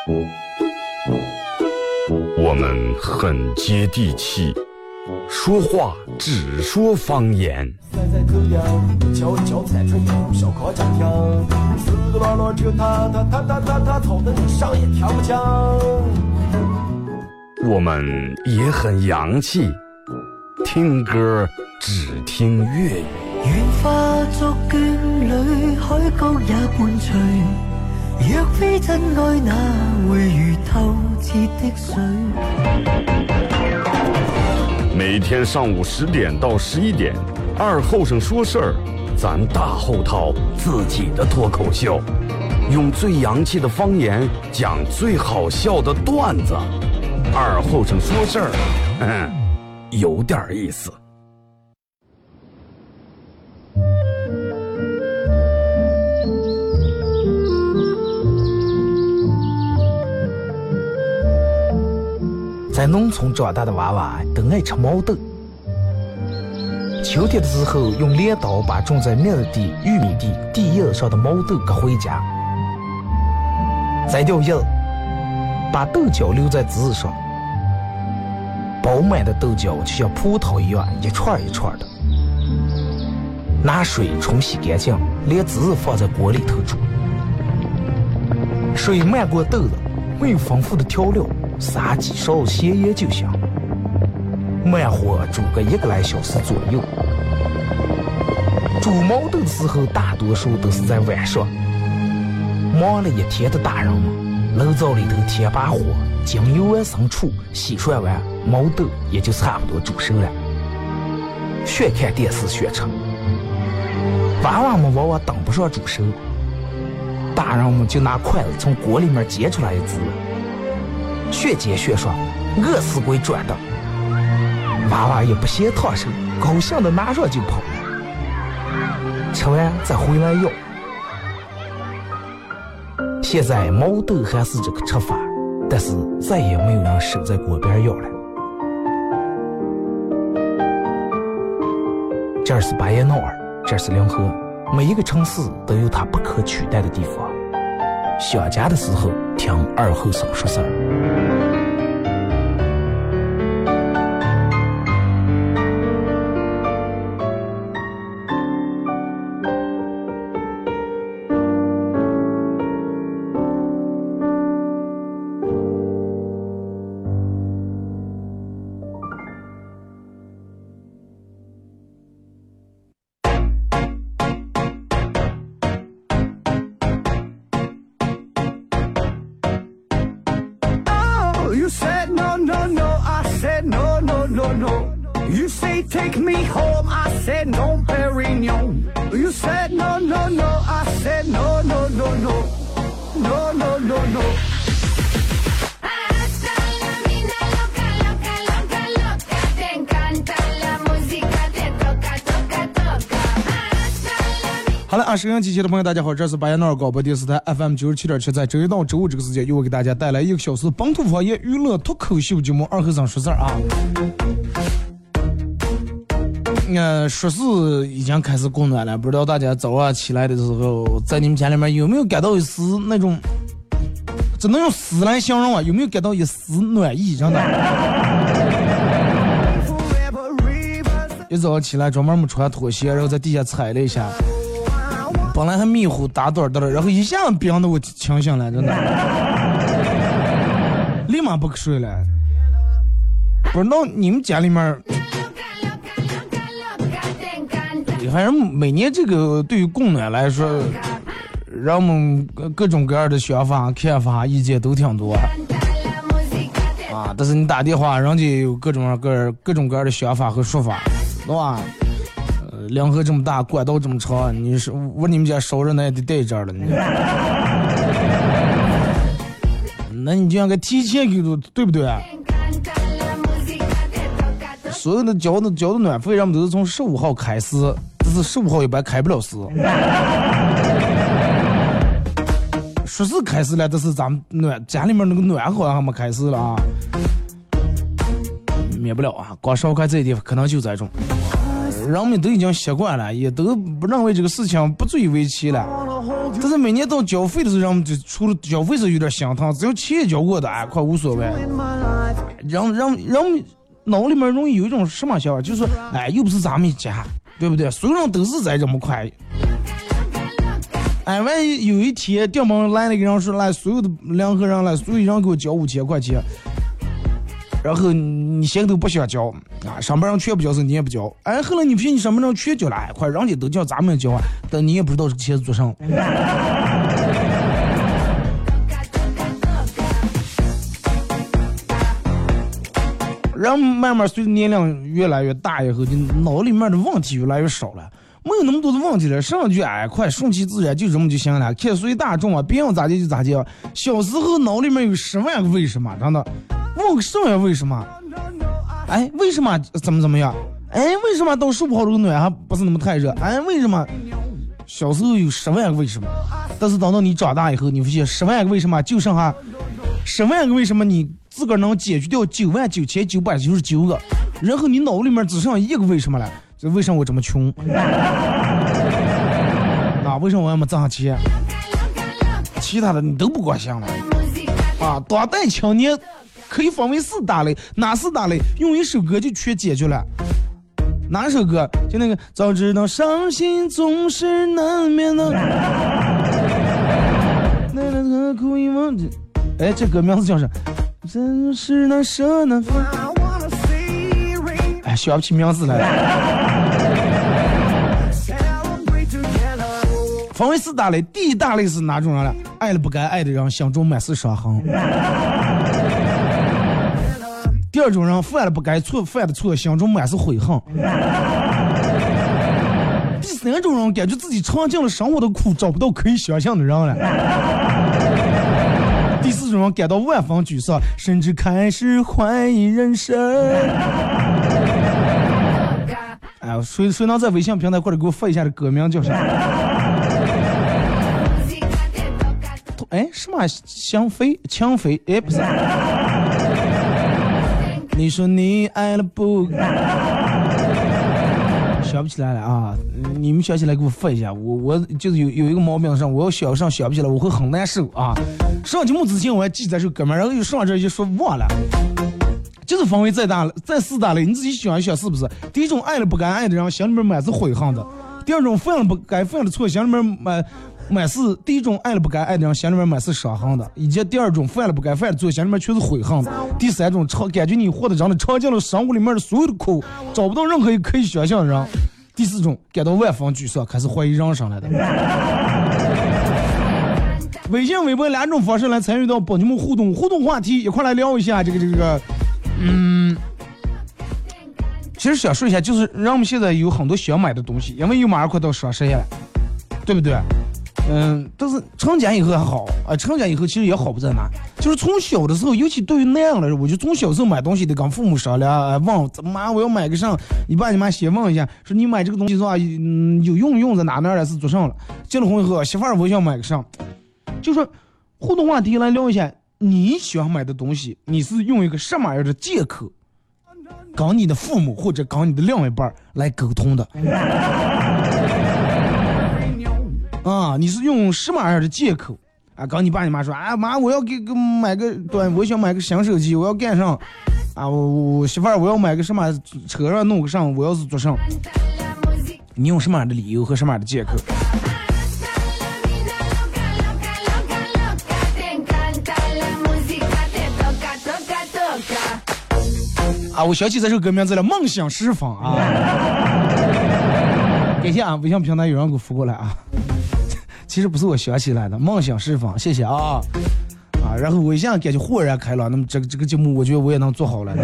我们很接地气，说话只说方言。我们也很洋气，听歌只听粤语。 愿化作眷侣，海角也伴随。若非真爱，哪會如透徹的水？ 每天上午10點到11點，二後生說事兒，咱大後套自己的脫口秀，用最洋氣的方言講最好笑的段子。二後生說事兒，有點意思。 在农村长大的娃娃都爱吃毛豆。秋天的时候，用镰刀把种在麦地、玉米地地叶上的毛豆割回家，摘掉叶，把豆角留在籽上。饱满的豆角就像葡萄一样，一串一串的。拿水冲洗干净，连籽放在锅里头煮。水漫过豆了，没有丰富的调料。撒几勺咸盐就行，慢火煮个1个来小时左右。煮毛豆的时候，大多数都是在晚上。忙了一天的大人们，炉灶里头添把火，将油完生出，洗涮完，毛豆也就差不多煮熟了。学看电视学吃，娃娃们往往等不上煮熟，大人们就拿筷子从锅里面接出来一只。学接学说，饿死鬼转的，娃娃也不嫌烫手，高兴的拿上就跑，吃完再回来要。现在毛豆还是这个吃法，但是再也没有人守在锅边要了。这是巴彦淖尔，这是临河，每一个城市都有它不可取代的地方。想家的时候，听二后生说事儿。 You say take me home, I said no, Perignon. You said no, no, no, I said no, no, no, no, no, no, no, no. Hasta la mina loca, loca, loca, loca. Te encanta la música, te toca, toca, toca. Hasta la mina. 好了，收音机前的朋友，大家好，这是巴彦淖尔广播电视台 FM 97.7，在周一到周五这个时间，由我给大家带来1个小时本土方言娱乐脱口秀节目《二后生说事儿》啊。说是已经开始供暖了，不知道大家早上起来的时候，在你们家里面有没有感到一丝那种，只能用丝来形容啊？有没有感到一丝暖意？真的。一早上起来专门没穿拖鞋，然后在地下踩了一下，本来还迷糊打盹的，然后一下冰的我清醒了，真的，立马不睡了。不知道你们家里面。反正每年这个对于供暖来说，让我们各种各样的想法、看法、意见都挺多啊。但是你打电话，人家有各种各样的想法和说法，对吧？两河这么大，管道这么长，你是我你们家熟人那也得带这儿了，那你就应该提前给都，对不对？所有的交的暖费，人们都是从15号开始。但是15号一般开不了市，说是开始了，但是咱们家里面那个暖好像还没开始了啊，免不了啊，光烧开这一点可能就在种。 人们都已经习惯了，也都不认为这个事情不足以为奇了。但是每年到交费的时候，人们就除了交费时候有点心疼，只要钱交过的，哎，快无所谓。人脑里面容易有一种什么想法，就是说，哎，又不是咱们家，对不对？所有人都是在这么快。哎，万一有一天店门来了一个人说，来所有的两个人来，所有人给我交5000块钱。然后你现在都不想交啊，上班人全不交时你也不交，哎，后来你不信你上班人全交了，哎，快人家都叫咱们交啊，但你也不知道这个钱是做啥。人慢慢随着年龄越来越大以后，就脑里面的问题越来越少了，没有那么多的问题了，上去哎，快顺其自然，就这么就行了，看随大众啊，别人咋地就咋地。小时候脑里面有10万个为什么，真的。问个10万为什么？哎，为什么怎么样？哎，为什么到15号这个暖还不是那么太热？哎，为什么？小时候有10万个为什么，但是等到你长大以后，你发现10万个为什么就剩下10万个为什么，你自个儿能解决掉99999个，然后你脑里面只剩下一个为什么了，就为什么我这么穷？啊，为什么我要没挣上钱？其他的你都不关心了。啊，当代青年可以分为4大类，哪4大类？用一首歌就全解决了。哪首歌？就那个早知道伤心总是难免的。何苦一忘记？哎，这歌名字叫啥？真是难舍难分。哎，想不起名字来了。分为4大类，第一大类是哪种人了？爱了不该爱的人，心中满是伤痕。第二种人，犯了不该犯的错，心中满是悔恨。第3种人，感觉自己尝尽了生活的苦，找不到可以想象的人了。第4种人，感到万分沮丧，甚至开始怀疑人生。哎，谁能在微信平台或者给我发一下这歌名叫啥？哎，什么香妃？哎，不是。你说你爱了不？想不起来了啊！你们想起来给我发一下。我就是有一个毛病上，我要想不起来，我会很难受啊。上节目之前我还记在这哥们儿，然后又上这就说忘了。就是分为再4大类，你自己想一想是不是？第一种，爱了不该爱的人，心里面满是悔恨的；第二种，犯了不该犯的错，心里面满是第一种爱了不该爱的人，心里面满是伤痕的；以及第二种，犯了不该犯的错，心里面全是悔恨的；第3种，感觉你活得真的尝尽了生活里面的所有的苦，找不到任何一个可以想象的人；第4种，感到万分沮丧，开始怀疑人生来的。微信、微博2种方式来参与到帮你们互动话题，一块来聊一下这个。其实想说一下，就是让我们现在有很多想买的东西，因为又马上快到双十一了，对不对？但是成家以后还好啊，成家以后其实也好不在哪，就是从小的时候，尤其对于那样的，我就从小时候买东西得跟父母商量，问怎么妈我要买个上，你爸你妈先问一下，说你买这个东西是吧，有用在哪了是做上了，结了婚以后媳妇儿我想买个上，就说互动话题来聊一下，你喜欢买的东西，你是用一个什么样的借口跟你的父母或者跟你的另一半来沟通的？啊，你是用什么样的借口啊？跟你爸你妈说啊，妈，我要给买个对，我想买个新手机，我要干上啊，我媳妇儿我要买个什么车上弄个上，我要是做上，你用什么样的理由和什么样的借口？啊，我想起这首歌名字了，梦想释放啊！感谢啊，微信平台有人给我发过来啊。其实不是我想起来的，梦想释放，谢谢啊啊！然后微信感觉豁然开朗，那么这个节目我觉得我也能做好了。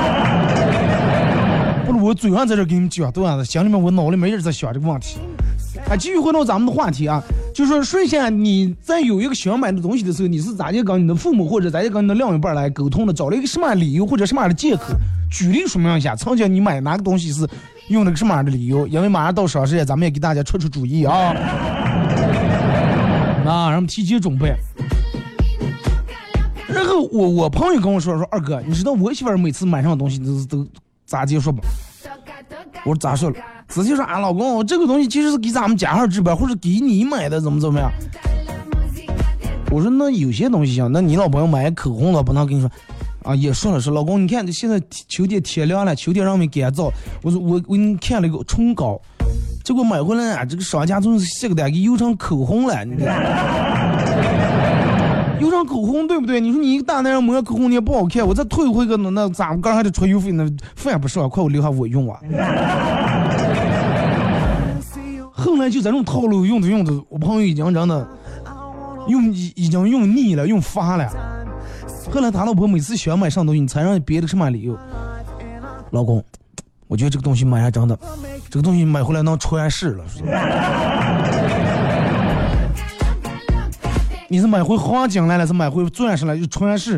不如我嘴上在这给你们讲段子，心里面我脑里面一直在想这个问题。啊，继续回到咱们的话题啊，就是说一下你在有一个想买的东西的时候，你是咋地跟你的父母或者咋地跟你的另一半来沟通的，找了一个什么样的理由或者什么样的借口？举例说明一下，曾经你买哪个东西是用了个什么样的理由？因为马上到双十一，咱们也给大家出主意啊。啊，让我们提前准备。然后我朋友跟我说二哥，你知道我媳妇儿每次买上东西都咋接说不？我说咋说了？ 直接说啊，老公，这个东西其实是给咱们家孩置办，或者给你买的，怎么样？我说那有些东西行，那你老婆要买口红了，不能跟你说啊，也说了是老公，你看现在秋天天凉了，秋天让没干燥，我说我给你看了一个唇膏，结果买回来啊，这个商家总是写个单给邮成口红了，你看，邮成口红对不对？你说你一个大男人抹口红你也不好看，我再退回个那咱们刚还得出邮费，那饭不少，快我留下我用啊。后来就在这种套路用的，我朋友已经真的已经用腻了，用发了。后来他老婆每次喜欢买上东西，你猜让别的什么理由？老公，我觉得这个东西买下真的，这个东西买回来能穿世了。你是买回黄金来了，是买回钻石来就穿世。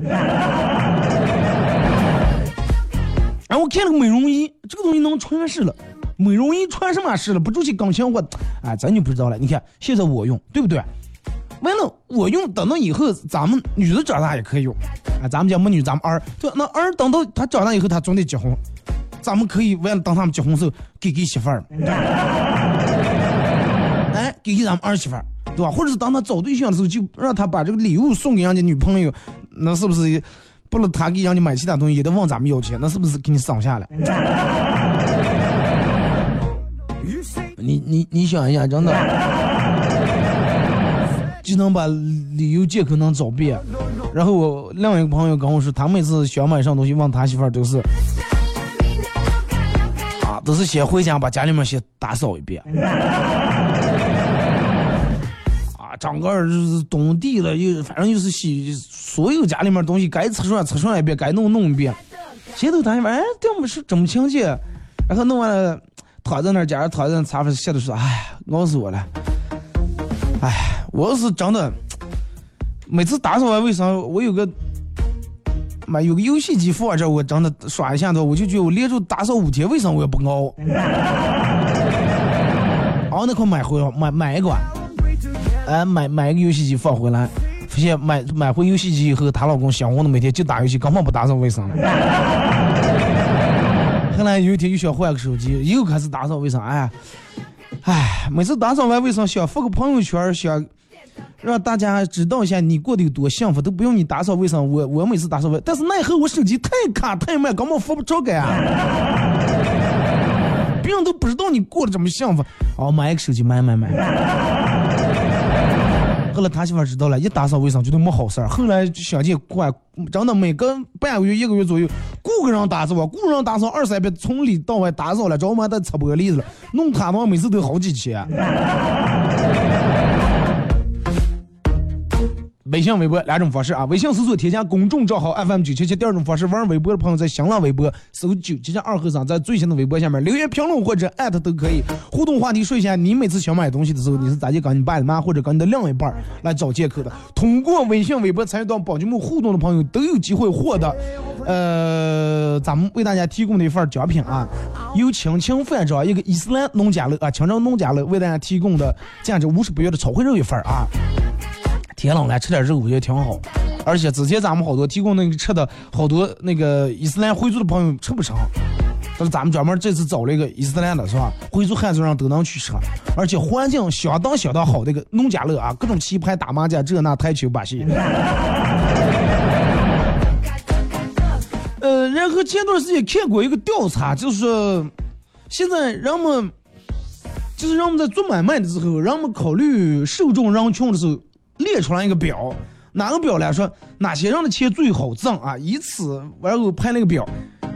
然后我看了个美容仪，这个东西能穿世了。美容仪穿什么事了？不出去钢琴我，哎，咱就不知道了。你看现在我用，对不对？完了我用，等到以后咱们女的长大也可以用。啊，咱们家没女，咱们儿，对，那儿等到她长大以后，她总得结婚，咱们可以为了当他们结婚时候给媳妇儿，哎，给咱们儿媳妇儿，对吧？或者是当他找对象的时候，就让他把这个礼物送给人家女朋友，那是不是不了他给人家买其他东西也得往咱们要钱？那是不是给你省下来？你想一下，真的就能把理由借口能找遍。然后我另外一个朋友跟我说，他每次想买上东西问他媳妇儿都是都是先回家把家里面先打扫一遍整个就是懂地了，反正就是所有家里面东西该擦刷一遍，该弄一遍。前头他媳妇哎，这么是怎么情节？然后弄完了躺在那儿，假如躺在那擦发吓得说，哎，熬死我了。哎，我是真的，每次打扫完卫生，我有个游戏机放这，我真的耍一下的，我就觉得我连着打扫5天卫生我也不熬。熬那块买一个，哎，买一个游戏机放回来，发现买回游戏机以后，她老公想我的每天就打游戏，根本不打扫卫生。后来有一天又想换个手机，又开始打扫卫生。哎，每次打扫完卫生想发个朋友圈，想让大家知道一下你过得有多幸福，都不用你打扫卫生，我每次打扫卫生，但是奈何我手机太卡太慢，根本发不着个啊。别人都不知道你过得这么幸福。买一个手机，买。后来他媳妇知道了，一打扫卫生觉得没好事儿。后来就想尽快，真的每个半个月1个月左右，雇个人打扫2-3遍，从里到外打扫了，找我们在擦玻璃子了，弄他们每次都好几千。微信、微博2种方式啊，微信搜索添加公众账号 FM977，第2种方式玩微博的朋友在新浪微博搜977-2和尚，在最新的微博下面留言评论或者艾特都可以。互动话题说一下，你每次想买东西的时候，你是咋就跟你爸你妈或者跟你的另一半来找借口的？通过微信、微博参与到宝节目互动的朋友都有机会获得咱们为大家提供的一份奖品啊，由青青饭庄一个伊斯兰农家乐啊，青州农家乐为大家提供的价值50元的炒烩肉一份啊。天冷来吃点肉我觉得挺好，而且之前咱们好多提供那个吃的好多那个伊斯兰回族的朋友吃不上，但是咱们专门这次找了一个伊斯兰的是吧，回族汉族人都能去吃，而且环境相当好的一个农家乐啊，各种棋牌打麻将这那台球把戏。然后前段时间看过一个调查，就是现在人们在做买卖的时候，人们考虑受众人群的时候列出来一个表，哪个表来说哪些人的钱最好挣啊？以此然后拍那个表，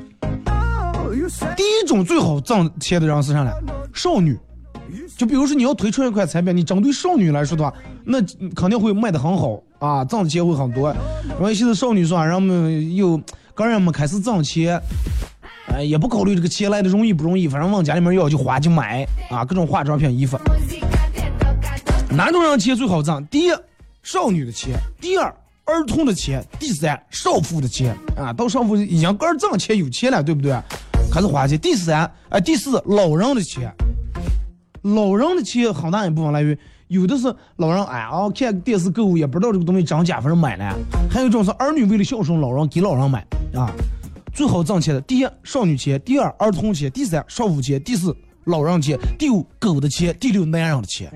第一种最好挣钱的人是啥呢？少女。就比如说你要推出一块产品，你针对少女来说的话，那肯定会卖得很好啊，挣的钱会很多。然后现在少女说，人们又刚人们开始挣钱，也不考虑这个钱来的容易不容易，反正往家里面要就花就买啊，各种化妆品、衣服。哪种人钱最好挣？第一，少女的钱；第二，儿童的钱；第三，少妇的钱啊。到少妇已经个人挣钱有钱了，对不对？开始花钱。第四，老人的钱。老人的钱很大一部分来源，有的是老人看电视购物也不知道这个东西涨价，反正买了；还有一种是儿女为了孝顺老人给老人买啊。最好挣钱的，第一少女钱，第二儿童钱，第三少妇钱，第四老人钱，第五狗的钱，第六男人的钱。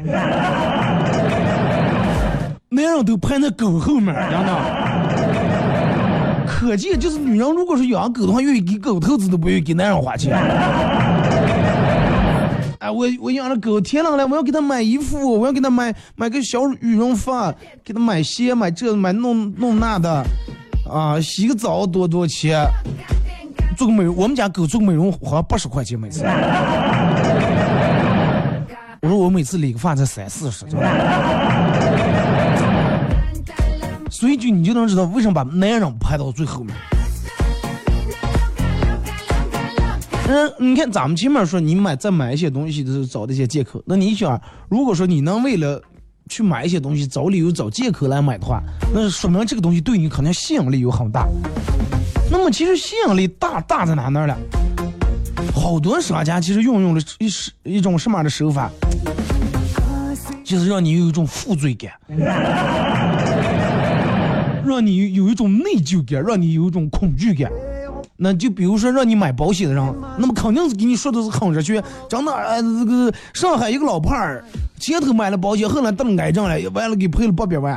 男人都排在狗后面，真的。可见就是女人如果是养狗的话，愿意给狗投资都不愿意给男人花钱。哎，我养了狗，天冷了，我要给它买衣服，我要给它买个小羽绒服，给它买鞋，买这买弄那的，啊，洗个澡多钱？做个美容，我们家狗做个美容好像80块钱每次。我说我每次理个发才30-40，所以你就能知道为什么把男人排到最后面。你看咱们前面说你再买一些东西的时候找那些借口，那你想，如果说你能为了去买一些东西找理由找借口来买的话，那说明这个东西对你可能吸引力有很大。那么其实吸引力大在哪了？好多商家其实运用了一种什么样的手法，就是让你有一种负罪感，让你有一种内疚感，让你有一种恐惧感。那就比如说让你买保险的人，那么肯定是给你说的是很热血，真的。这个上海一个老派儿，前头买了保险，后来得了癌症了，完了给赔了800万。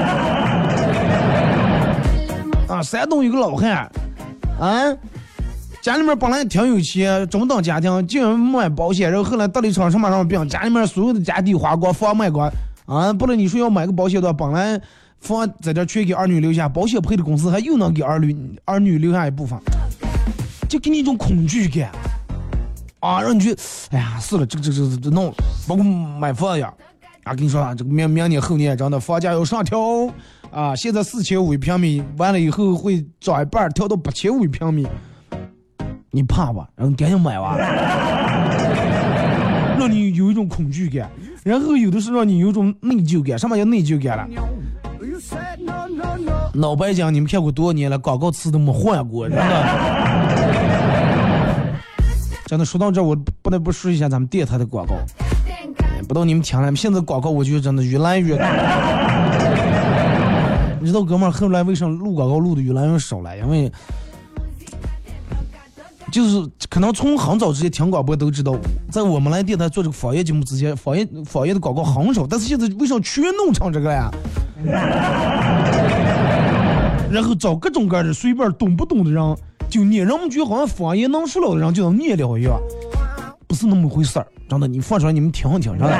啊，山东有个老汉，啊，家里面本来挺有钱，中等家庭，竟然买保险，然后后来得了一场什么病，家里面所有的家地花光，房卖光，啊，不然你说要买个保险的话，本来房在这全给儿女留下，保险赔的公司还又能给儿女留下一部分，就给你一种恐惧感，啊，让你觉得，哎呀，是了，这弄，包括买房呀，啊，跟你说啊，这个明年后年真的房价要上调，啊，现在4500平米，完了以后会涨一半，调到8500平米，你怕吧？然后你赶紧买吧，让你有一种恐惧感，然后有的是让你有一种内疚感。什么叫内疚感了？脑白讲你们看过多少年了，广告词都没换过，真的。真的说到这，我不得不说一下咱们电台的广告，不知道你们听了，现在广告我觉得真的越来越多。你知道哥们儿后来为什么录广告录的越来越少了？因为就是可能从很早之前听广播都知道，在我们来电台做这个方言节目之前，方言的广告很少，但是现在为什么全弄成这个呀？然后找各种各样的随便懂不懂的人就念，人们觉得好像方言能说了的人就能念了一样，不是那么回事儿。真的，你放出来你们听一听，真的。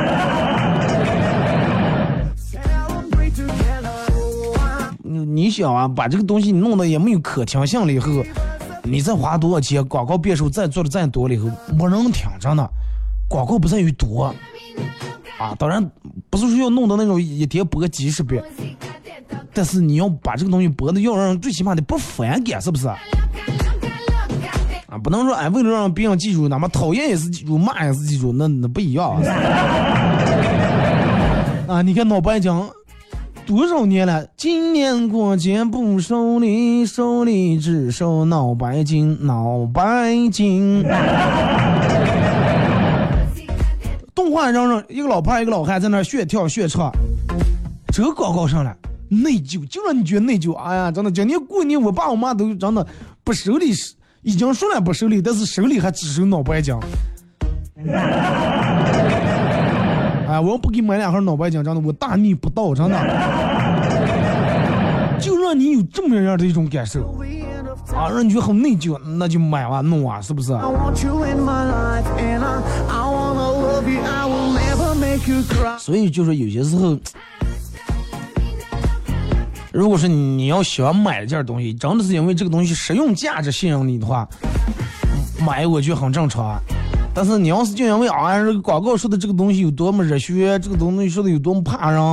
你想啊，把这个东西弄得也没有可听性了以后，你再花多少钱，广告变数再做的再多了以后，没人听，真的。广告不在于多啊，当然不是说要弄到那种一天播几10遍，但是你要把这个东西播的要让人最起码的不反感，是不是？啊，不能说哎，为了让别人记住，哪怕讨厌也是记住，骂也是记住，那不一样啊！你看脑白讲多少年了？今年过节不收礼，收礼只收脑白金，脑白金。动画上一个老派一个老汉在那炫跳炫唱，这个广告上来内疚，就让你觉得内疚。哎呀，真的，今年过年我爸我妈都真的不收礼，已经说了不收礼，但是手里还只收脑白金。哎，我要不给买2盒脑白金，真的我大逆不道，真的。就让你有这么样的一种感受啊，让你觉得很内疚，那就买啊弄啊，是不是？所以就是有些时候，如果是你要喜欢买这件东西，真的是因为这个东西实用价值吸引你的话，买我觉得很正常。但是你要是就因为啊，这个广告说的这个东西有多么热血，这个东西说的有多么怕人，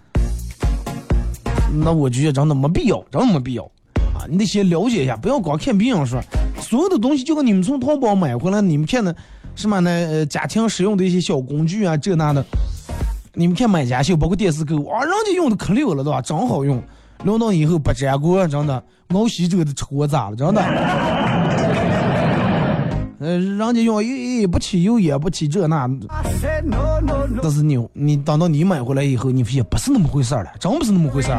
那我觉得真的没必要，真的没必要啊！你得先了解一下，不要光看别人说。所有的东西就跟你们从淘宝买回来，你们看的什么呢？家庭使用的一些小工具啊，这那的，你们看买家秀，包括电视购物啊，人家用的可溜了，对吧？真好用，用到以后不粘锅，真的熬稀粥的锅咋了，真的。人家用也不起油也不起这那，但是你等到你买回来以后，你发现不是那么回事了，真不是那么回事了。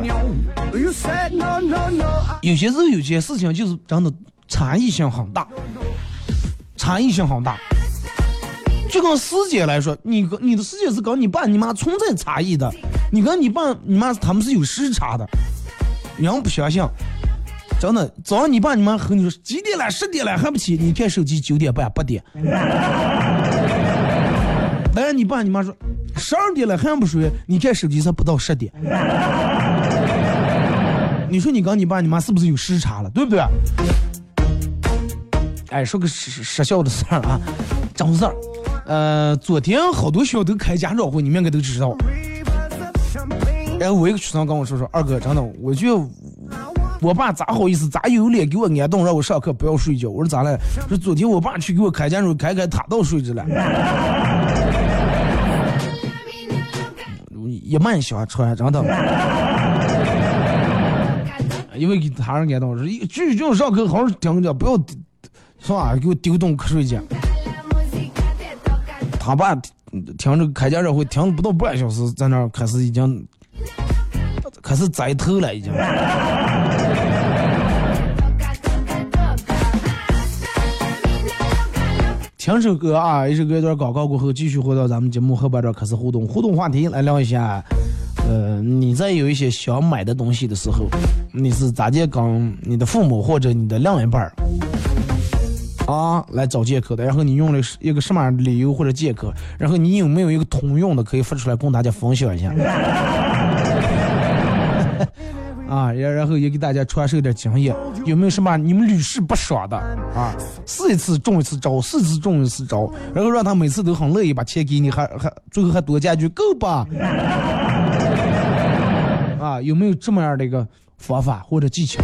有些时候有些事情就是真的差异性很大，差异性很大。 就跟时间来说，你的时间是跟你爸你妈存在差异的，你跟你爸你妈他们是有时差的，人不相信。真的，早上你爸你妈和你说几点了10点了还不起，你看手机9点半8点。但是你爸你妈说12点了还不睡，你看手机才不到10点。你说你跟你爸你妈是不是有时差了，对不对？哎，说个实效的事儿啊，真事儿。昨天好多学校都开家长会，你们应该都知道。然后我一个学生跟我说二哥，真的，我觉得我爸咋好意思，咋有脸给我挨冻，让我上课不要睡觉。我说咋了？说昨天我爸去给我开家长会，开他倒睡着了。也蛮喜欢穿，真的。因为给他人挨冻，说继续上课好好听着，不要是吧？给我丢动瞌睡觉。他爸听着开家长会听不到半小时，在那儿开始栽头了，已经。听首歌啊，一首歌一段广告过后，继续回到咱们节目后半段开始互动话题，来聊一下。你在有一些想买的东西的时候，你是咋介跟你的父母或者你的另一半啊来找借口的？然后你用了一个什么样的理由或者借口？然后你有没有一个通用的可以发出来供大家分享一下？啊，然后也给大家传授一点经验，有没有什么你们屡试不爽的啊？试一次中一次招，4次中一次招，然后让他每次都很乐意把钱给你，还最后还多加一句够吧？啊，有没有这么样的一个方法或者技巧？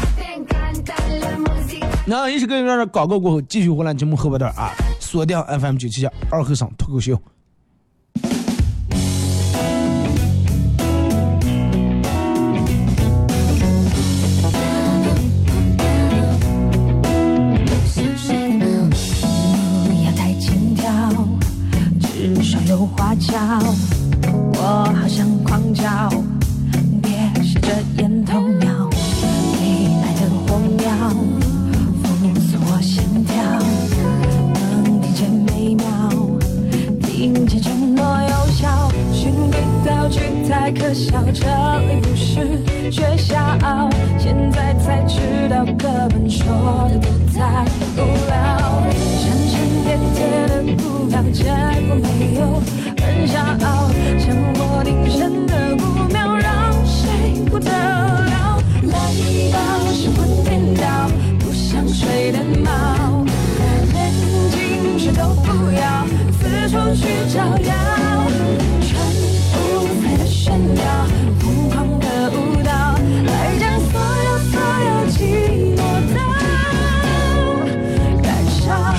那一首歌让广告过后，继续回来节目后半段啊，锁定 FM 97二和尚脱口秀。 有花俏，我好想狂叫，别吸着烟头瞄，你爱的火苗，封锁我心跳，能听见每秒，听见承诺有效，循规蹈矩太可笑，这里不是学校，现在才知道课本说的都太无聊，沉沉叠叠的股票，结果没有很骄傲，像我定身的5秒，让谁不得了？来吧，神魂颠倒，不想睡的猫，连进去都不要，四处去找药，穿五彩的炫耀，疯狂的舞蹈，来将所有寂寞都燃烧。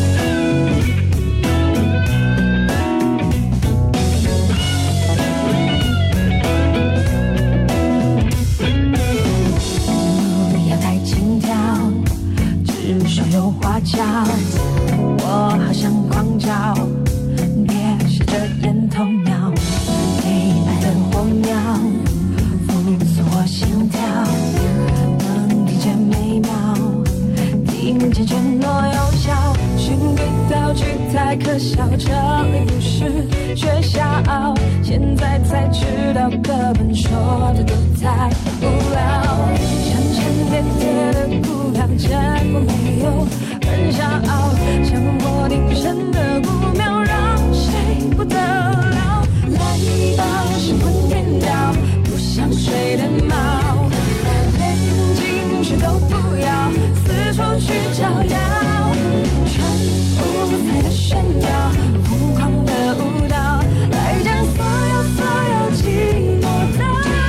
有花俏，我好想狂叫，别吸着烟头瞄，黑白的火苗，封锁我心跳，能听见每秒，听见承诺有效，循规蹈矩太可笑，这里不是学校，现在才知道课本说的都太无聊，沉沉叠叠的股票，结果没有很骄傲，像我定身的5秒，让谁不得了？来吧，神魂颠倒，不想睡的猫，连进去都不要，四处去找药，穿五彩的炫耀，疯狂的舞蹈，来将所有寂寞都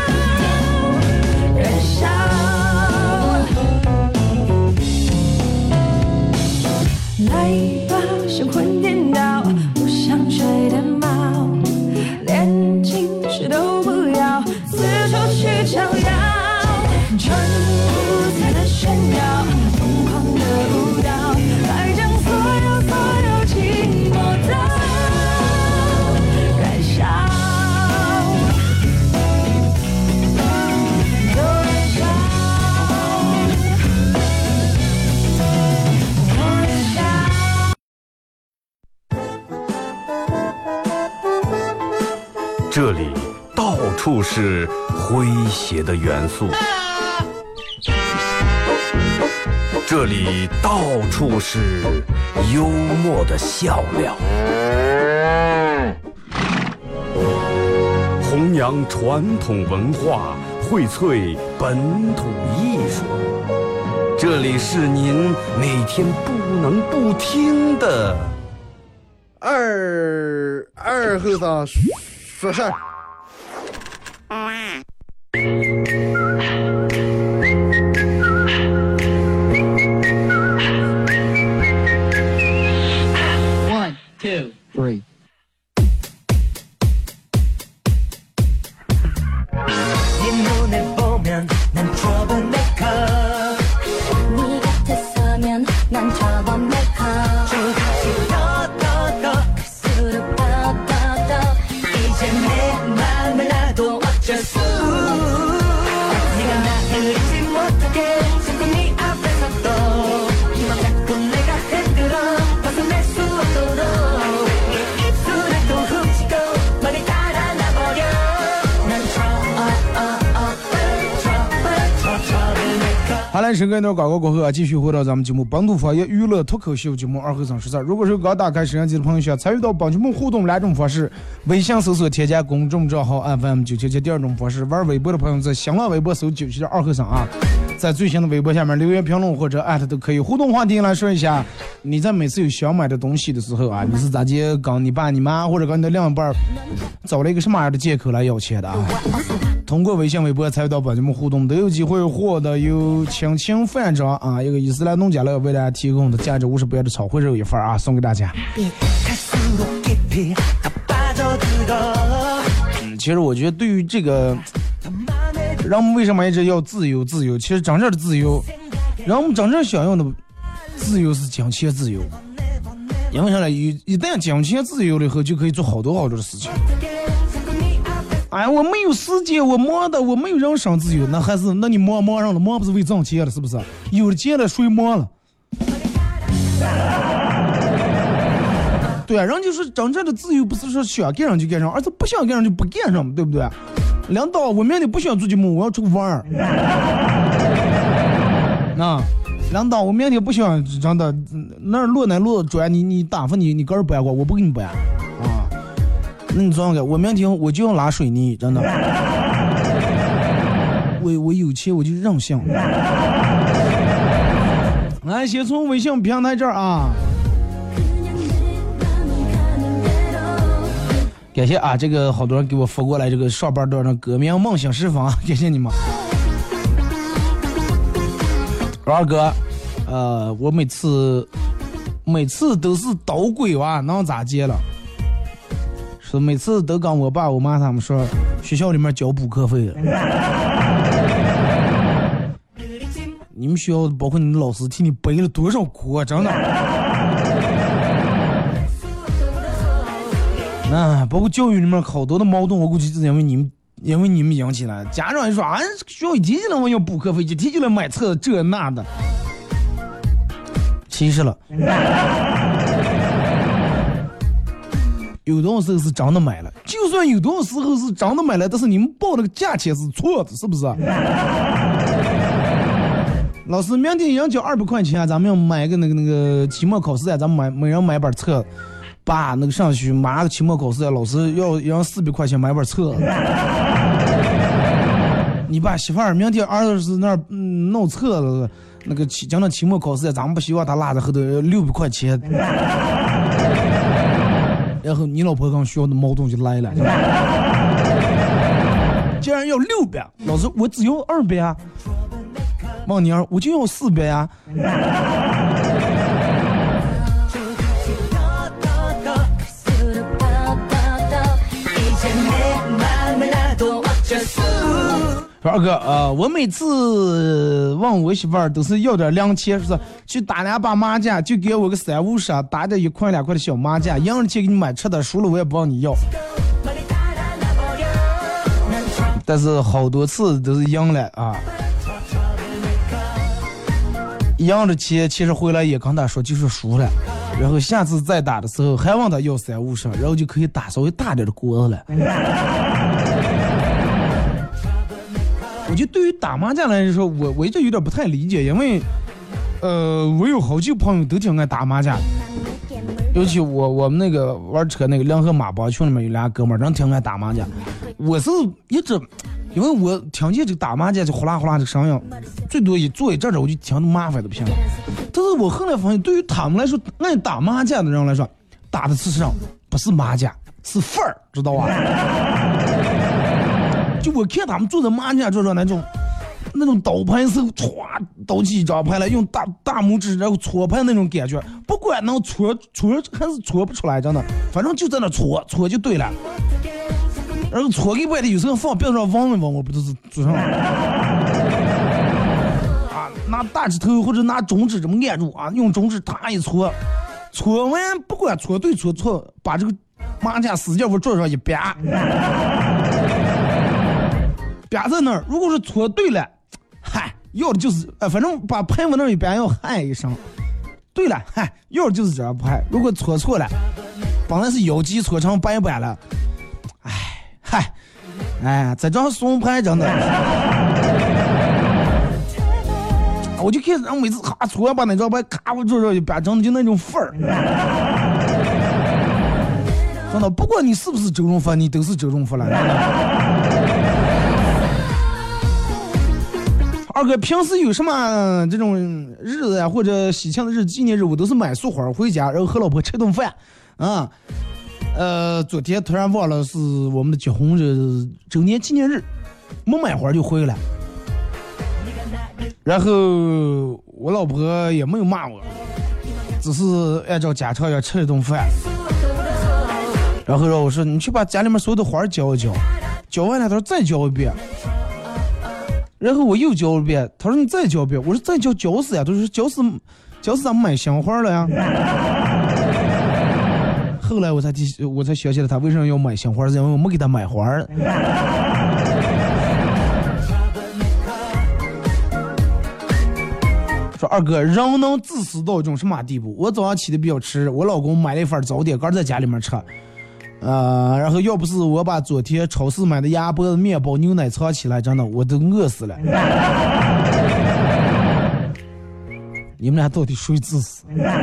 燃烧。来吧，神魂颠倒，不想睡的猫，连进去都不要，四处去找药，穿五彩的炫耀，疯狂的舞蹈，来将所有寂寞都燃烧。 处是诙谐的元素，这里到处是幽默的笑料。弘扬传统文化，荟萃本土艺术，这里是您每天不能不听的二后生说事儿。 One, two, three. 好嘞，时间到广告过后啊，继续回到咱们节目《本土方言娱乐脱口秀》节目二后生说事儿。如果是刚打开摄像机的朋友，想参与到本节目互动两种方式：微信搜索添加公众账号 FM977；第二种方式，玩微博的朋友在新浪微博搜977二后生啊，在最新的微博下面留言评论或者艾特都可以。互动话题来说一下，你在每次有想买的东西的时候啊，你是咋接跟你爸你妈或者跟你的另一半找了一个什么样的借口来要钱的啊？通过微信微博参与到本节目互动，都有机会获得由青青饭庄啊一个伊斯兰农家乐为大家提供的价值50元的炒烩肉一份啊，送给大家。其实我觉得对于这个人们为什么一直要自由，其实真正的自由，人们真正想要的自由是金钱自由，因为啥呢？一旦金钱自由了以后，就可以做好多好多的事情。哎，我没有时间，我忙的，我没有人生自由，那你忙上了，忙不是为挣钱了，是不是？有了钱了，谁忙了？对啊，人就说真正的自由不是说想干上就干上，而是不想干上就不干上，对不对？领导，我明天不想做节目，我要出去玩儿。那领导，我明天不想真的那儿落转，你打发你个人不爱管，我不给你管。那你这样干，我明天我就要拉水泥，真的。我有钱我就任性。来，先从微信平台这儿啊，感谢啊，这个好多人给我发过来这个上班的革命梦想释放，感谢你们。二哥，我每次都是捣鬼哇，能咋接了？是每次都跟我爸我妈他们说学校里面交补课费了。你们学校包括你们老师替你背了多少苦啊，真的。那包括教育里面好多的矛盾，我估计是因为你们引起来。家长一说啊，学校一提起来我要补课费，一提起来买册这那的，其实了。有多少时候是真的买了，就算有多少时候是真的买了，但是你们报那个价钱是错的，是不是？老师，明天要交200块钱，咱们要买个那个期末考试啊，咱们每人买本册，爸那个上去马上期末考试啊，老师要400块钱买本册。你爸媳妇儿明天儿子那儿弄册了，那个讲到期末考试啊，咱们不希望他拉在后头600块钱。然后你老婆跟学校的矛盾就来了，既然要600，老师我只要200啊，望你儿我就要400啊。说二哥，我每次问我媳妇儿都是要点零钱，是去打2把麻将，就给我个350，打点1块2块的小麻将，赢了钱给你买吃的，输了我也不让你要。但是好多次都是赢了啊，赢了钱其实回来也跟他说就是输了，然后下次再打的时候还问他要350，然后就可以打稍微大点的锅子了。 我觉得对于打麻将来说，我一直有点不太理解，因为我有好几个朋友都挺爱打麻将，尤其我们那个玩车那个联合马帮群里面有俩哥们儿，人挺爱打麻将。我是一直，因为我听见这个打麻将就呼啦呼啦这个声音，最多一坐一阵子我就听得麻烦的不行了。但是我后来发现，对于他们来说，爱打麻将的人来说，打的事实上不是麻将，是份儿，知道吧？就我看他们坐在麻将桌上那种倒牌手歘倒起一张牌来，用大拇指然后搓牌那种感觉，不管能搓还是搓不出来，真的，反正就在那搓就对了。然后搓给外的有时候放边上望一望，我不都是桌上啊，拿大指头或者拿中指这么按住啊，用中指踏一搓完不管搓对搓错，把这个麻将使劲往桌上一啪。啪在那儿，如果是搓对了，嗨，要的就是，反正把牌往那儿一边要嗨一声，对了，嗨，要的就是这样拍。如果搓错了，本来是腰肌搓成白板了，哎，这张松牌真的，我就看人每次咔搓把那张牌咔我桌上一边，真的就那种份儿。真的，不管你是不是周润发，你都是周润发了。二哥，平时有什么这种日子呀，或者喜庆的日子、纪念日，我都是买束花回家，然后和老婆吃顿饭。啊，昨天突然忘了是我们的结婚日周年纪念日，没买花就回来。然后我老婆也没有骂我，只是按照家常要吃一顿饭。然后让我说你去把家里面所有的花浇一浇，浇完了他说再浇一遍。然后我又浇了一遍，他说你再浇一遍，我说再浇死呀，他说浇死咱们买香花了呀。后来我才想起来他为什么要买香花，因为我没给他买花。说二哥，人能自私到一种什么地步？我早上起的比较迟，我老公买了一份早点，刚在家里面吃。然后要不是我把昨天超市买的鸭脖子、面包、牛奶藏起来，真的我都饿死了。你们俩到底谁自私？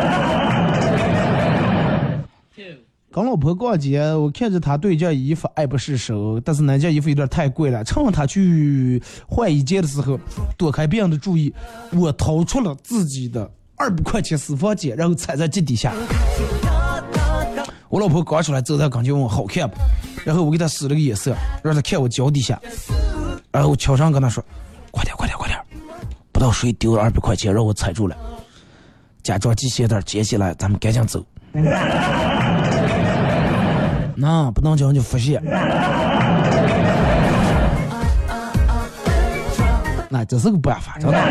跟老婆逛街，我看着她对这件衣服爱不释手，但是那件衣服有点太贵了。趁她去换衣间的时候，躲开别人的注意，我掏出了自己的200块钱私房钱，然后踩在脚底下。我老婆刚出来走在跟前问我好看不，然后我给她使了个眼色，让她看我脚底下，然后悄声跟她说快点，不到谁丢了200块钱让我踩住了，假装系鞋带接起来，咱们赶紧走。那不能这样就发现，那这是个办法，真的。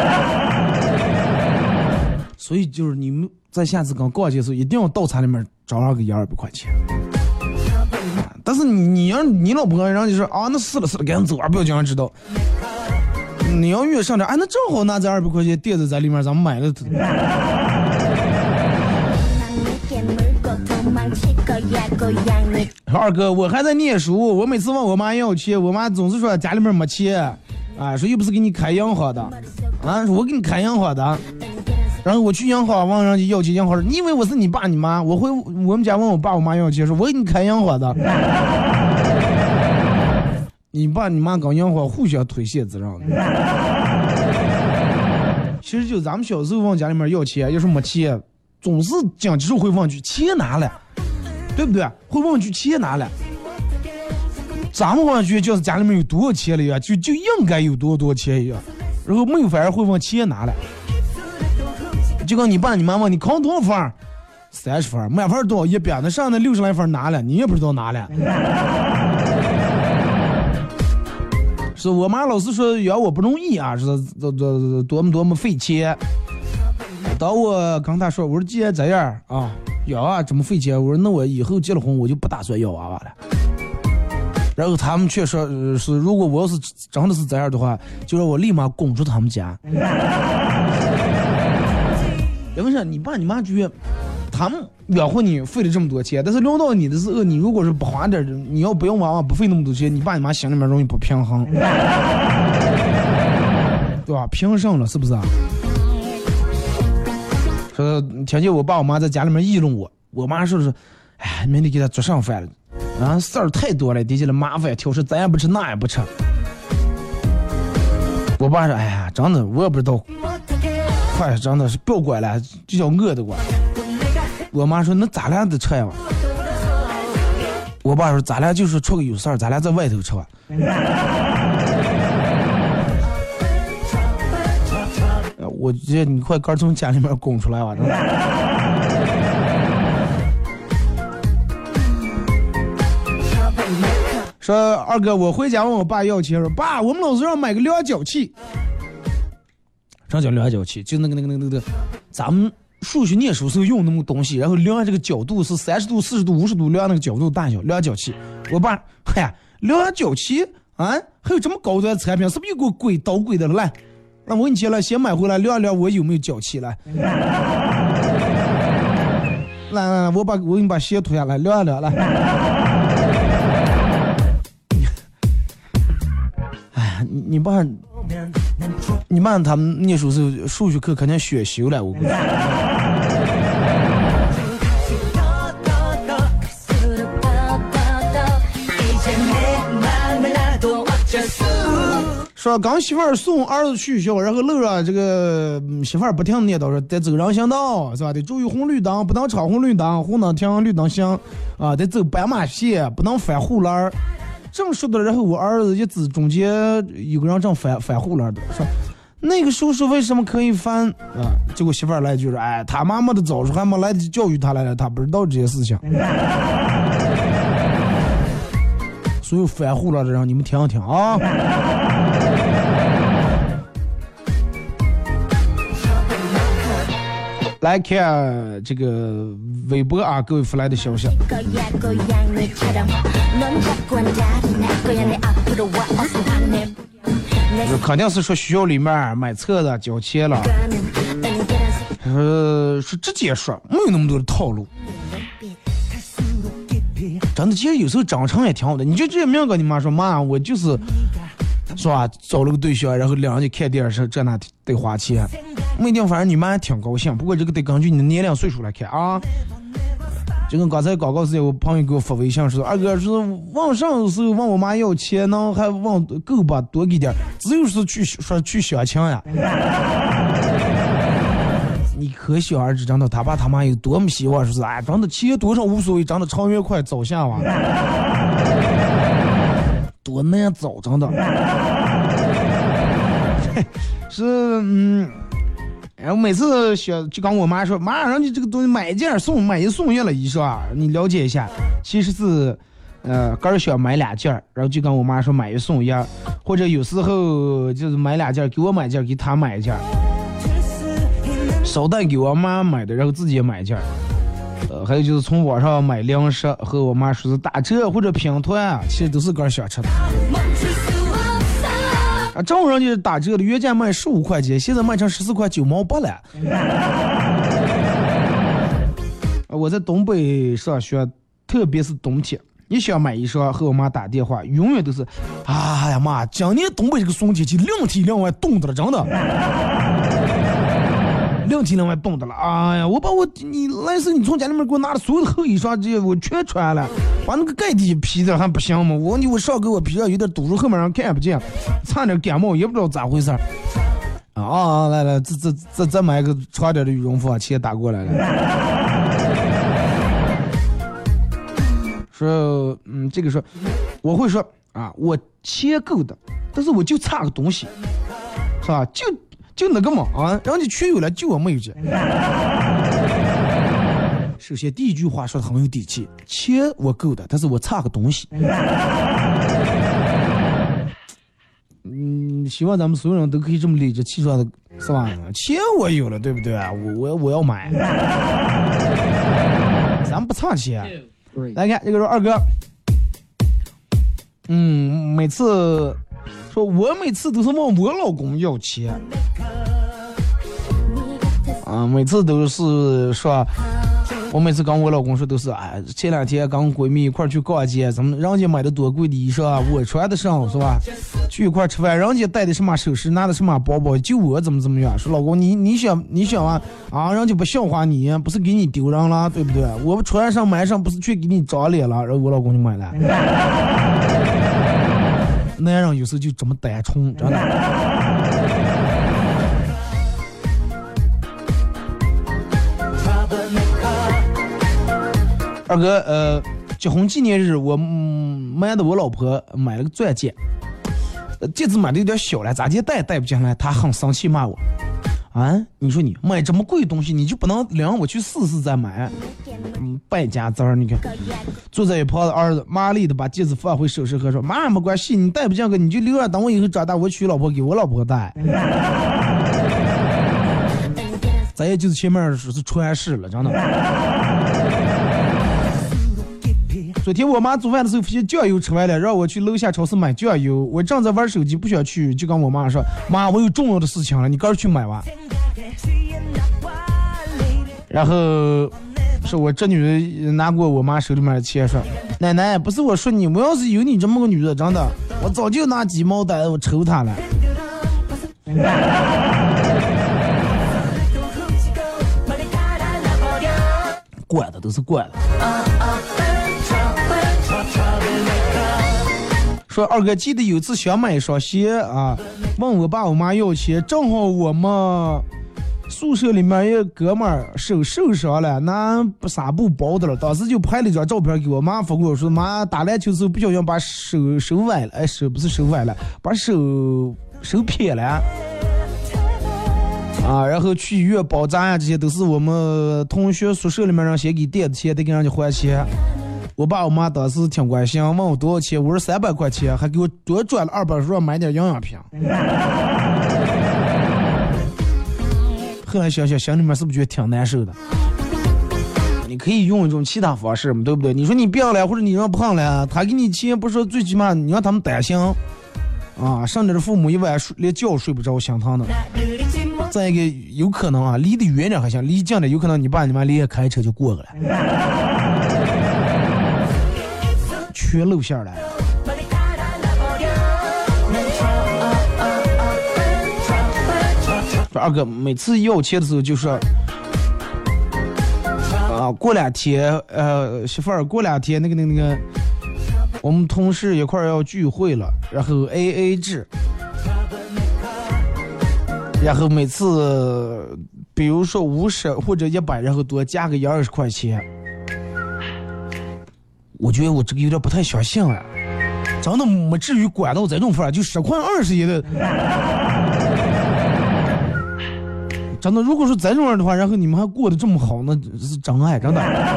所以就是你们在下次跟逛街的时候，一定要到餐里面找上个100-200块钱。但是你老婆让你说啊，那是了，赶紧走啊，不要让人知道。你要越上点，哎，那正好拿这200块钱垫子在里面，咱们买了。二哥，我还在念书，我每次问我妈要钱，我妈总是说家里面没钱，啊，说又不是给你开银行的，啊，说我给你开银行的。然后我去银行问人家要钱，银行说你以为我是你爸你妈？我们家问我爸我妈要钱，说我给你开银行的。你爸你妈跟银行互相推卸责任。其实就咱们小时候往家里面要钱，要是没钱，总是讲究会问句钱拿了，对不对？会问句钱拿了。咱们好像觉得就是家里面有多少钱了呀，就应该有多钱呀，然后没有反而会问钱拿了。就跟你爸你妈问你考多少分，30分，满分多少100，那上那60来分拿了，你也不知道拿了。是我妈老是说养我不容易啊，说多么费钱。当我跟她说，我说既然这样啊，养啊这么费钱，我说那我以后结了婚我就不打算要娃娃了。然后他们却说是如果我要是真的是这样的话，就让我立马滚出他们家。因为啥？你爸你妈觉得他们养活你费了这么多钱，但是轮到你的时候，你如果是不花点，你要不用娃娃不费那么多钱，你爸你妈心里面容易不平衡。 对吧？平生了，是不是啊？说听见我爸我妈在家里面议论我，我妈说是，哎，明天给他做上饭了，啊，事儿太多了，得起来麻烦，挑食，咱也不吃，那也不吃。我爸说，哎呀，真的，我也不知道，快，真的是不要管了，就叫饿的我。我妈说，那咱俩得吃呀。我爸说，咱俩就是出个有事儿，咱俩在外头吃吧。我觉得你快赶从家里面拱出来吧。说二哥，我回家问我爸要钱，说爸，我们老师让买个量角器。啥叫量角器？就那个，咱们数学念书时候用那么东西，然后量这个角度是30度、40度、50度，量那个角度大小，量角器。我爸，哎呀，量角器啊，还有这么高端的产品，是不是又给我贵倒贵的了？来。那我给你钱了，先买回来量量我有没有脚气来。来，我给你把鞋脱下来量一量来。哎，你爸他们念书时数学课肯定选修了，我估计。说刚媳妇儿送儿子去学校，然后路上这个媳妇儿不停念叨说得走人行道是吧？得注意红绿灯，不能闯红绿灯，红灯停，绿灯行啊，得走斑马线，不能翻护栏。这么说的，然后我儿子一指中间有个人正翻护栏的，说那个叔叔为什么可以翻啊？结果媳妇儿来一句说，哎，他妈妈的早说还没来得及教育他来了，他不知道这些事情。所有翻护栏的人，你们听一听啊。来看这个微博啊，各位发来的消息。肯定是说学校里面买册子交钱了，是直接说没有那么多的套路。真的，其实有时候长成也挺好的。你就直接明跟你妈说，妈，我就是是吧，找了个对象，然后两人就看电视，这那得花钱。不一定，反正你妈还挺高兴。不过这个得根据你的年龄岁数来看啊。就跟刚才广告时间，我朋友给我发微信说，二哥说往上的时候问我妈要钱，然后还问够吧，多给点，只有是去相亲呀。你可想而知，真的他爸他妈有多么希望，说是哎，真的钱多少无所谓，真的长远快走下哇，多难走，真的。是然后每次就跟我妈说，妈让你这个东西买一件买一送一了一说啊，你了解一下，其实是刚想买2件，然后就跟我妈说买一送一，或者有时候就是买2件，给我买一件，给他买一件，捎带给我妈买的，然后自己也买一件。还有就是从网上买零食，和我妈说是打折或者拼团，其实都是个想吃的。啊，正好人家打折的，原价卖15块钱，现在卖成14块9毛8了。我在东北上学，特别是冬天，你想买衣裳和我妈打电话，永远都是，哎呀妈，今年东北这个松天气2体2外冻的了，真的。2体2外冻的了，哎呀，我把你来时你从家里面给我拿的所有的厚衣裳这些我全穿了，把那个盖底披的还不行吗？我上给我披上有点堵住，后面人看不见，差点感冒也不知道咋回事啊！来，再买个长点的羽绒服，钱打过来了。说这个说我会说啊，我钱够的，但是我就差个东西，是吧？就那个嘛啊，人家全有了，就我没有这。首先第一句话说的很有底气，钱我够的，但是我差个东西。希望咱们所有人都可以这么理直气壮的，是吧？钱我有了，对不对？我要买，咱不差钱。来看这个说二哥，每次说我每次都是问我老公要钱。每次都是说我每次跟我老公说都是，哎，前两天跟闺蜜一块去逛街，咱们人家买的多贵的衣裳啊，我穿的上是吧？去一块吃饭，人家带的什么首饰，拿的什么包包，就我怎么样？说老公你想啊，人家不笑话你，不是给你丢人了，对不对？我穿上买上不是去给你长脸了，然后我老公就买了。男人有时候就这么单纯，真的。二哥，结婚纪念日我瞒着我老婆买了个钻戒，戒指买的有点小了，咋地戴不进来，她很生气骂我。啊，你说你买这么贵的东西，你就不能让我去试试再买？败家子儿，你看，坐在一旁的儿子麻利的把戒指放回首饰盒说：“妈，没关系，你戴不进个你就留着，等我以后长大我娶老婆给我老婆戴。”咱也就是前面说是传世了，真的。昨天我妈做饭的时候发现酱油吃完了，让我去楼下超市买酱油。我正在玩手机不想去，就跟我妈说：“妈，我有重要的事情了，你赶紧去买吧。”然后是我这女的拿过我妈手里面的钱说：“奶奶，不是我说你，我要是有你这么个女的，真的，我早就拿鸡毛掸子我抽她了。”惯的都是惯的。说二哥记得有次想买一双鞋啊，问我爸我妈要钱，正好我们宿舍里面一个哥们儿手受伤了，拿纱布包的了，当时就拍了一张照片给我妈发过我说，妈打篮球的时候不小心把手崴了，哎，手不是手崴了，把手撇了啊，然后去医院包扎呀，这些都是我们同学宿舍里面人先给垫的钱，得给人家还钱。我爸我妈当时挺关心，问我多少钱，我说300块钱，还给我多转了200说买点营养品。后来想想心里面是不是觉得挺难受的？你可以用一种其他方式嘛，对不对？你说你病了或者你让胖了，他给你钱不是说最起码你让他们担心啊，甚至父母一晚连觉睡不着心疼的。再一个有可能啊，离得远点还行，离近点有可能你爸你妈连夜开车就过了，全露馅来。二哥每次要钱的时候就说啊，过2天媳妇儿过2天那个我们同事一块儿要聚会了，然后 AA 制，然后每次比如说50或者100，然后多加个20块钱。我觉得我这个有点不太相信啊，真的没至于管到这种份儿，就10块20也的。真的，如果说这种样的话，然后你们还过得这么好，那是真爱，真的。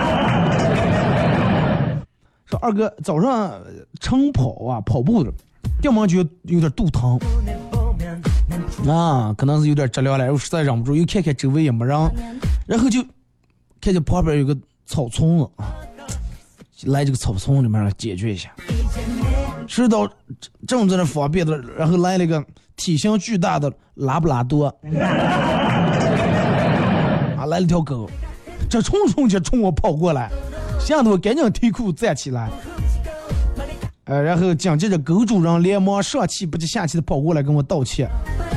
说二哥早上晨跑啊，跑步的，掉毛觉得有点肚疼啊，可能是有点质量了，然后实在忍不住又看看周围也没人，然后就看见旁边有个草丛子啊，来这个草丛里面来解决一下。知道正在那方便的，然后来了一个体型巨大的拉布拉多啊，来了条狗，这冲就冲我跑过来，吓得我赶紧提裤站起来，然后紧接着狗主人连忙上气不接下气的跑过来跟我道歉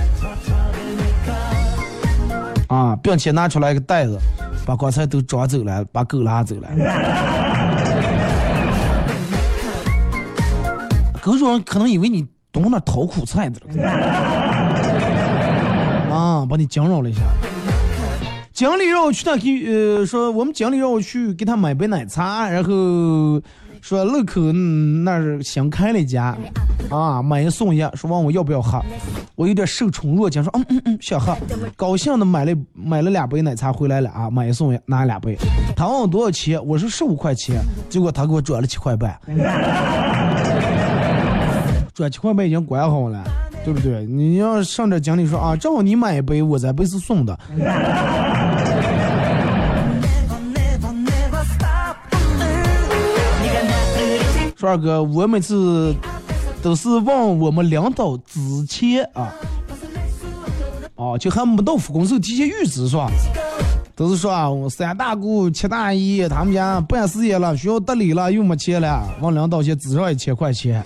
啊，并且拿出来一个袋子，把刚才都抓走了，把狗拉走了。狗主人可能以为你懂那掏苦菜的啊，把你惊扰了一下。经理让我去说我们经理让我去给他买杯奶茶，然后说路口那儿新开了一家啊，买一送一，说问我要不要喝，我有点受宠若惊，说想喝，高兴的买了2杯奶茶回来了啊，买一送一，拿2杯。他问我多少钱，我说15块钱，结果他给我转了7块半，转7块半已经管好了，对不对？你要上这经理说啊，正好你买一杯，我这杯是送的。说二哥，我每次都是问我们领导之前啊，就还没到复工时候提前预支是吧？ 都是说啊，3大姑7大姨他们家办事业了，需要得理了，又没钱了，往领导先支上1000块钱。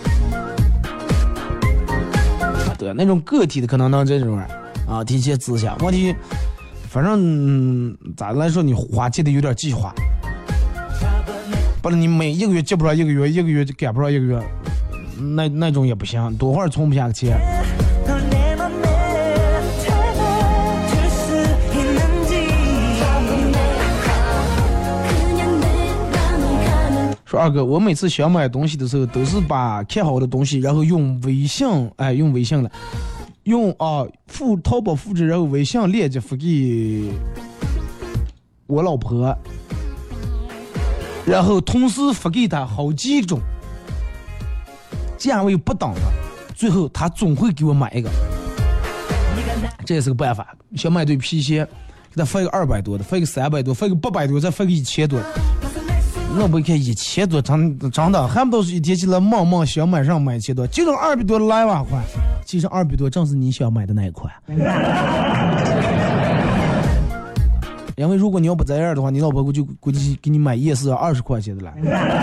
对，那种个体的可能能这种啊提前支下，问题反正咋来说，你花钱得有点计划，不然你每一个月接不上一个月，一个月就赶不上一个月，那种也不行，多会儿存不下个钱。说二哥，我每次想买东西的时候，都是把看好的东西，然后用微信，用微信了，用淘宝复制，然后微信链接发给我老婆，然后同时发给她好几种价位不等的，最后她总会给我买一个。这也是个办法。想买对皮鞋，给她发一个200多的，发一个300多，发一个800多，再发个1000多。我不看1000多，真的还不都是一天起来梦想买上买1000多，就这200多来万块，其实200多正是你想买的那一款。因为如果你要不这样的话，你老婆就估计给你买夜市20块钱的了。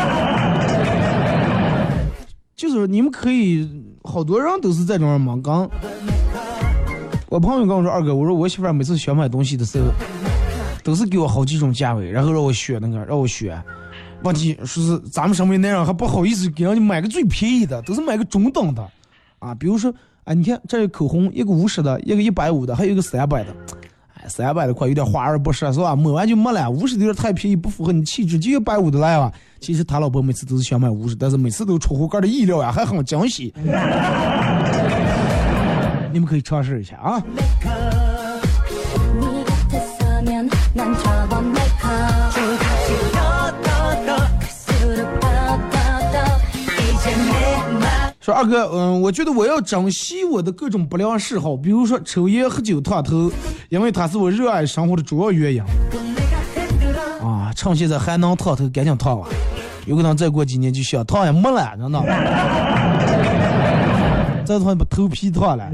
就是你们可以，好多人都是这种忙刚。我朋友跟我说，二哥，我说我媳妇儿每次想买东西的时候，都是给我好几种价位，然后让我选让我选。问题是咱们身为男人还不好意思给人家买个最便宜的，都是买个中等的啊。比如说，你看这个口红，一个50的，一个150的，还有一个300的。300的块有点华而不实，是吧？抹完就没了。50的有点太便宜，不符合你气质，就150的来吧。其实他老婆每次都是想买50，但是每次都出乎个的意料呀，还很惊喜。你们可以尝试一下啊。说二哥，我觉得我要珍惜我的各种不良嗜好，比如说抽烟、喝酒、烫头，因为它是我热爱生活的主要原因。啊，趁现在还能烫头，赶紧烫吧，有可能再过几年就想烫也没了，真的。再烫把头皮烫了。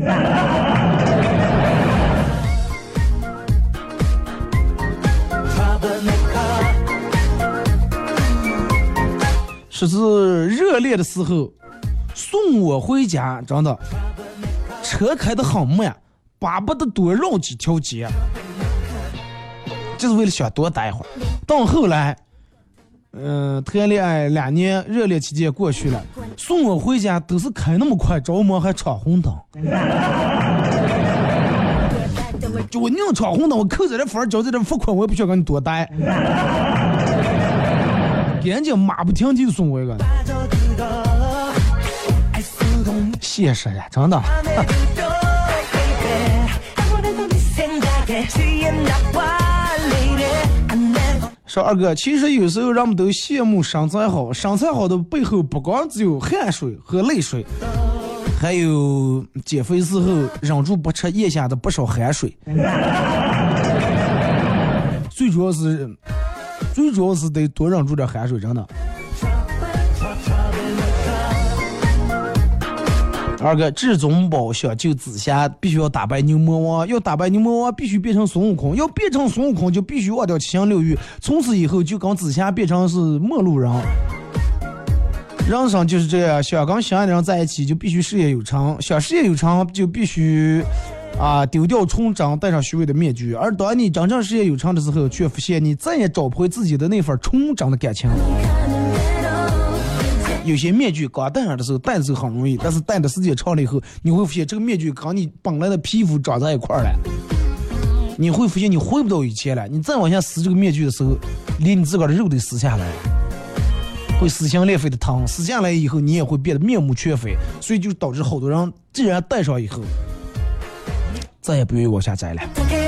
是热烈的时候。送我回家，真的，车开得很慢，巴不得多绕几条街，就是为了想多待一会儿。到后来，谈恋爱2年，热恋期间过去了，送我回家都是开那么快，着魔还闯红灯。就我宁闯红灯，我扣在这分，交在这罚款，我也不需要跟你多待。人家马不停蹄的送我一个。谢实呀，真的。说二哥，其实有时候人们都羡慕身材好，身材好的背后不光只有汗水和泪水，还有减肥时候忍住不吃腋下的不少汗水。最主要是得多忍住点汗水，真的。二哥，至尊宝想救紫霞，必须要打败牛魔王，要打败牛魔王必须变成孙悟空，要变成孙悟空就必须忘掉7情6欲，从此以后就跟紫霞变成是陌路人。人生就是这样，想跟相爱的人在一起就必须事业有成，想事业有成就必须丢掉纯真，戴上虚伪的面具，而当你真正事业有成的时候，却发现你再也找不回自己的那份纯真的感情。有些面具刚戴上的时候戴的时候很容易，但是戴的时间长了以后，你会发现这个面具跟你本来的皮肤长在一块儿了，你会发现你回不到以前了。你再往下撕这个面具的时候，连你自个儿的肉都撕下来，会撕心裂肺的疼，撕下来以后你也会变得面目全非，所以就导致好多人既然戴上以后再也不愿意往下摘了。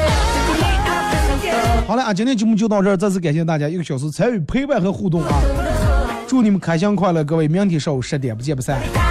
好了今天节目就到这儿，再次感谢大家1个小时参与陪伴和互动啊！祝你们开箱快乐，各位！明天上午10点不见不散。